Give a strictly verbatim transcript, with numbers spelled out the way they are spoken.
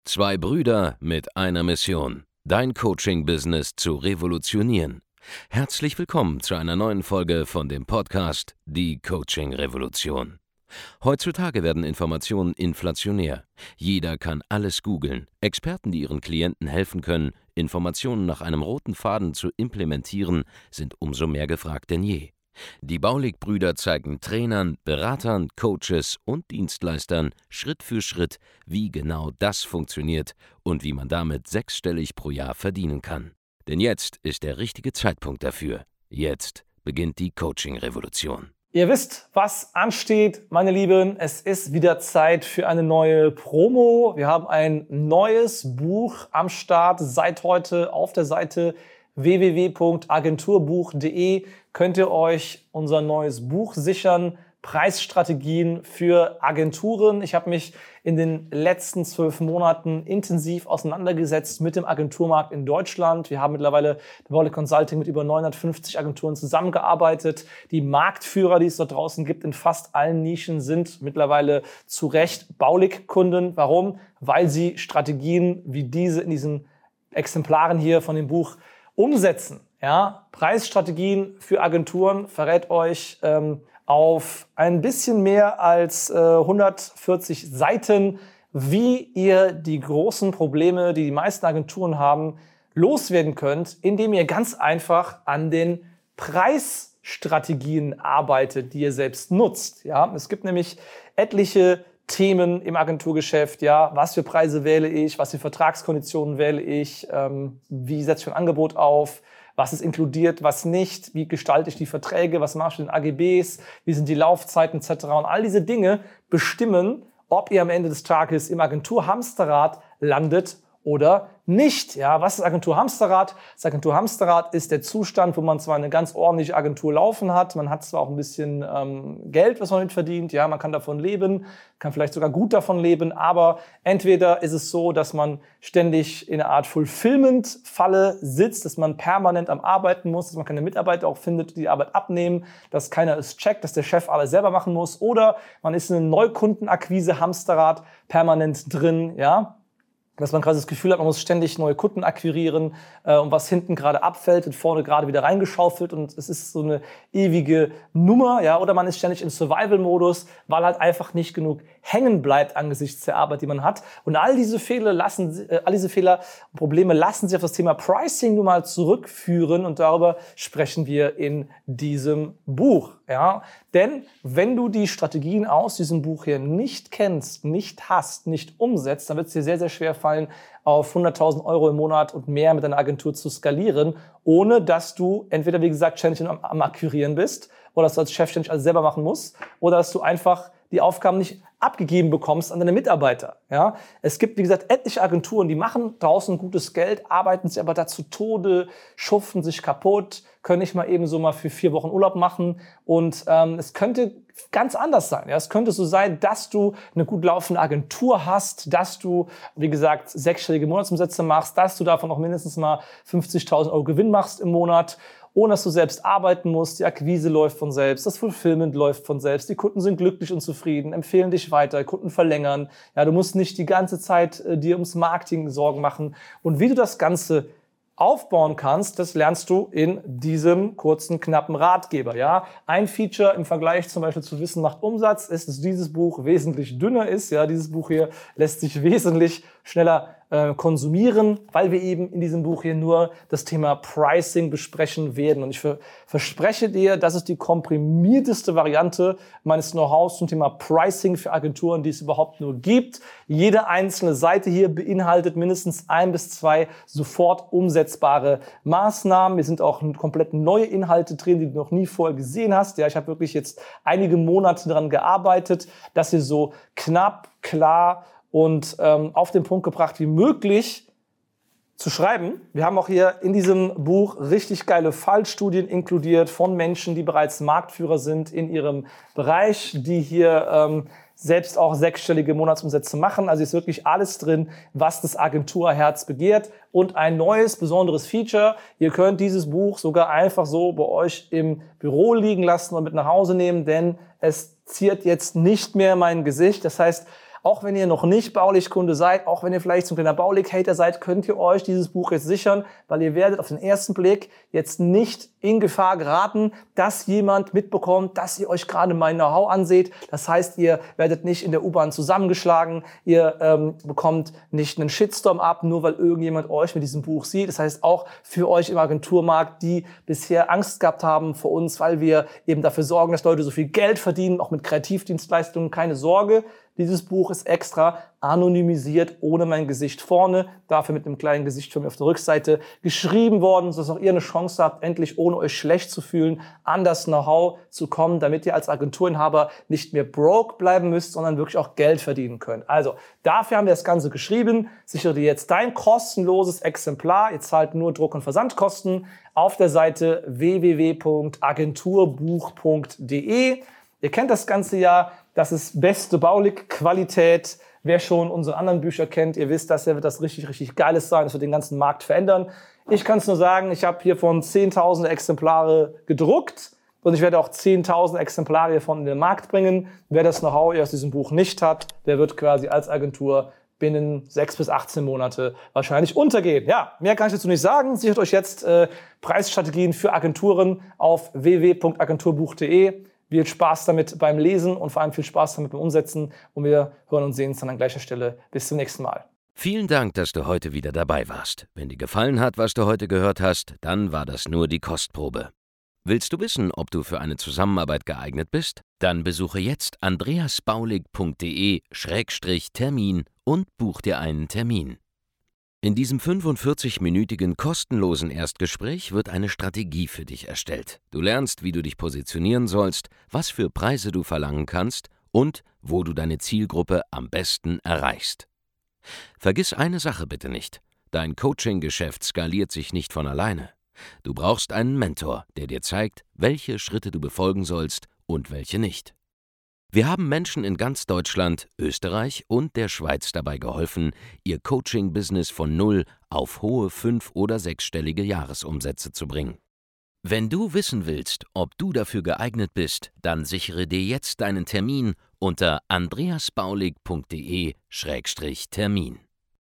Zwei Brüder mit einer Mission, dein Coaching-Business zu revolutionieren. Herzlich willkommen zu einer neuen Folge von dem Podcast Die Coaching-Revolution. Heutzutage werden Informationen inflationär. Jeder kann alles googeln. Experten, die ihren Klienten helfen können, Informationen nach einem roten Faden zu implementieren, sind umso mehr gefragt denn je. Die Baulig-Brüder zeigen Trainern, Beratern, Coaches und Dienstleistern Schritt für Schritt, wie genau das funktioniert und wie man damit sechsstellig pro Jahr verdienen kann. Denn jetzt ist der richtige Zeitpunkt dafür. Jetzt beginnt die Coaching-Revolution. Ihr wisst, was ansteht, meine Lieben. Es ist wieder Zeit für eine neue Promo. Wir haben ein neues Buch am Start. Seit heute auf der Seite w w w punkt agenturbuch punkt de könnt ihr euch unser neues Buch sichern. Preisstrategien für Agenturen. Ich habe mich in den letzten zwölf Monaten intensiv auseinandergesetzt mit dem Agenturmarkt in Deutschland. Wir haben mittlerweile bei Baulig Consulting mit über neunhundertfünfzig Agenturen zusammengearbeitet. Die Marktführer, die es dort draußen gibt in fast allen Nischen, sind mittlerweile zu Recht Baulig-Kunden. Warum? Weil sie Strategien wie diese in diesen Exemplaren hier von dem Buch umsetzen. Ja? Preisstrategien für Agenturen verrät euch ähm, auf ein bisschen mehr als äh, hundertvierzig Seiten, wie ihr die großen Probleme, die die meisten Agenturen haben, loswerden könnt, indem ihr ganz einfach an den Preisstrategien arbeitet, die ihr selbst nutzt. Ja, es gibt nämlich etliche Themen im Agenturgeschäft. Ja, was für Preise wähle ich, was für Vertragskonditionen wähle ich, ähm, wie setze ich ein Angebot auf, was ist inkludiert, was nicht, wie gestalte ich die Verträge, was mache ich in den A G Bs, wie sind die Laufzeiten et cetera. Und all diese Dinge bestimmen, ob ihr am Ende des Tages im Agentur-Hamsterrad landet oder nicht. Ja, was ist Agentur-Hamsterrad? Das Agentur-Hamsterrad ist der Zustand, wo man zwar eine ganz ordentliche Agentur laufen hat, man hat zwar auch ein bisschen ähm, Geld, was man mit verdient, ja, man kann davon leben, kann vielleicht sogar gut davon leben, aber entweder ist es so, dass man ständig in einer Art Fulfillment-Falle sitzt, dass man permanent am Arbeiten muss, dass man keine Mitarbeiter auch findet, die die Arbeit abnehmen, dass keiner es checkt, dass der Chef alles selber machen muss, oder man ist in einem Neukundenakquise-Hamsterrad permanent drin, ja, dass man quasi das Gefühl hat, man muss ständig neue Kunden akquirieren äh, und was hinten gerade abfällt, wird vorne gerade wieder reingeschaufelt und es ist so eine ewige Nummer, ja, oder man ist ständig im Survival-Modus, weil halt einfach nicht genug hängen bleibt angesichts der Arbeit, die man hat. Und all diese Fehler lassen, äh, all diese Fehler und Probleme lassen sich auf das Thema Pricing nun mal zurückführen und darüber sprechen wir in diesem Buch, ja. Denn wenn du die Strategien aus diesem Buch hier nicht kennst, nicht hast, nicht umsetzt, dann wird es dir sehr, sehr schwer fallen, auf hunderttausend Euro im Monat und mehr mit deiner Agentur zu skalieren, ohne dass du entweder, wie gesagt, ständig am, am Akquirieren bist oder dass du als Chef ständig alles selber machen musst oder dass du einfach die Aufgaben nicht abgegeben bekommst an deine Mitarbeiter. Ja? Es gibt, wie gesagt, etliche Agenturen, die machen draußen gutes Geld, arbeiten sich aber da zu Tode, schuften sich kaputt, können nicht mal eben so mal für vier Wochen Urlaub machen. Und ähm, es könnte ganz anders sein. Ja? Es könnte so sein, dass du eine gut laufende Agentur hast, dass du, wie gesagt, sechsstellige Monatsumsätze machst, dass du davon auch mindestens mal fünfzigtausend Euro Gewinn machst im Monat, ohne dass du selbst arbeiten musst. Die Akquise läuft von selbst, das Fulfillment läuft von selbst, die Kunden sind glücklich und zufrieden, empfehlen dich weiter, Kunden verlängern. Ja, du musst nicht die ganze Zeit äh, dir ums Marketing Sorgen machen. Und wie du das Ganze aufbauen kannst, das lernst du in diesem kurzen, knappen Ratgeber. Ja, ein Feature im Vergleich zum Beispiel zu Wissen macht Umsatz ist, dass dieses Buch wesentlich dünner ist. Ja, dieses Buch hier lässt sich wesentlich schneller äh, konsumieren, weil wir eben in diesem Buch hier nur das Thema Pricing besprechen werden. Und ich ver- verspreche dir, das ist die komprimierteste Variante meines Know-hows zum Thema Pricing für Agenturen, die es überhaupt nur gibt. Jede einzelne Seite hier beinhaltet mindestens ein bis zwei sofort umsetzbare Maßnahmen. Hier sind auch komplett neue Inhalte drin, die du noch nie vorher gesehen hast. Ja, ich habe wirklich jetzt einige Monate daran gearbeitet, dass ihr so knapp, klar und ähm, auf den Punkt gebracht wie möglich zu schreiben. Wir haben auch hier in diesem Buch richtig geile Fallstudien inkludiert von Menschen, die bereits Marktführer sind in ihrem Bereich, die hier ähm, selbst auch sechsstellige Monatsumsätze machen. Also ist wirklich alles drin, was das Agenturherz begehrt. Und ein neues, besonderes Feature: Ihr könnt dieses Buch sogar einfach so bei euch im Büro liegen lassen und mit nach Hause nehmen, denn es ziert jetzt nicht mehr mein Gesicht. Das heißt, Auch wenn ihr noch nicht Baulig-Kunde seid, auch wenn ihr vielleicht so ein kleiner Baulig-Hater seid, könnt ihr euch dieses Buch jetzt sichern, weil ihr werdet auf den ersten Blick jetzt nicht in Gefahr geraten, dass jemand mitbekommt, dass ihr euch gerade mein Know-how anseht. Das heißt, ihr werdet nicht in der U-Bahn zusammengeschlagen, ihr ähm, bekommt nicht einen Shitstorm ab, nur weil irgendjemand euch mit diesem Buch sieht. Das heißt, auch für euch im Agenturmarkt, die bisher Angst gehabt haben vor uns, weil wir eben dafür sorgen, dass Leute so viel Geld verdienen, auch mit Kreativdienstleistungen, keine Sorge. Dieses Buch ist extra anonymisiert, ohne mein Gesicht vorne, dafür mit einem kleinen Gesicht von mir auf der Rückseite geschrieben worden, sodass auch ihr eine Chance habt, endlich ohne euch schlecht zu fühlen, an das Know-how zu kommen, damit ihr als Agenturinhaber nicht mehr broke bleiben müsst, sondern wirklich auch Geld verdienen könnt. Also, dafür haben wir das Ganze geschrieben. Sichere dir jetzt dein kostenloses Exemplar. Ihr zahlt nur Druck- und Versandkosten auf der Seite w w w punkt agenturbuch punkt d e. Ihr kennt das Ganze ja. Das ist beste Baulig-Qualität. Wer schon unsere anderen Bücher kennt, ihr wisst, das hier wird das richtig, richtig Geiles sein. Das wird den ganzen Markt verändern. Ich kann es nur sagen, ich habe hiervon zehntausend Exemplare gedruckt und ich werde auch zehntausend Exemplare hiervon in den Markt bringen. Wer das Know-how aus diesem Buch nicht hat, der wird quasi als Agentur binnen sechs bis achtzehn Monate wahrscheinlich untergehen. Ja, mehr kann ich dazu nicht sagen. Sichert euch jetzt äh, Preisstrategien für Agenturen auf w w w punkt agenturbuch punkt d e. Viel Spaß damit beim Lesen und vor allem viel Spaß damit beim Umsetzen. Und wir hören und sehen uns dann an gleicher Stelle. Bis zum nächsten Mal. Vielen Dank, dass du heute wieder dabei warst. Wenn dir gefallen hat, was du heute gehört hast, dann war das nur die Kostprobe. Willst du wissen, ob du für eine Zusammenarbeit geeignet bist? Dann besuche jetzt andreasbaulig punkt d e Schrägstrich Termin und buch dir einen Termin. In diesem fünfundvierzig-minütigen kostenlosen Erstgespräch wird eine Strategie für dich erstellt. Du lernst, wie du dich positionieren sollst, was für Preise du verlangen kannst und wo du deine Zielgruppe am besten erreichst. Vergiss eine Sache bitte nicht: Dein Coaching-Geschäft skaliert sich nicht von alleine. Du brauchst einen Mentor, der dir zeigt, welche Schritte du befolgen sollst und welche nicht. Wir haben Menschen in ganz Deutschland, Österreich und der Schweiz dabei geholfen, ihr Coaching-Business von null auf hohe fünf- oder sechsstellige Jahresumsätze zu bringen. Wenn du wissen willst, ob du dafür geeignet bist, dann sichere dir jetzt deinen Termin unter andreasbaulig punkt d e Schrägstrich Termin.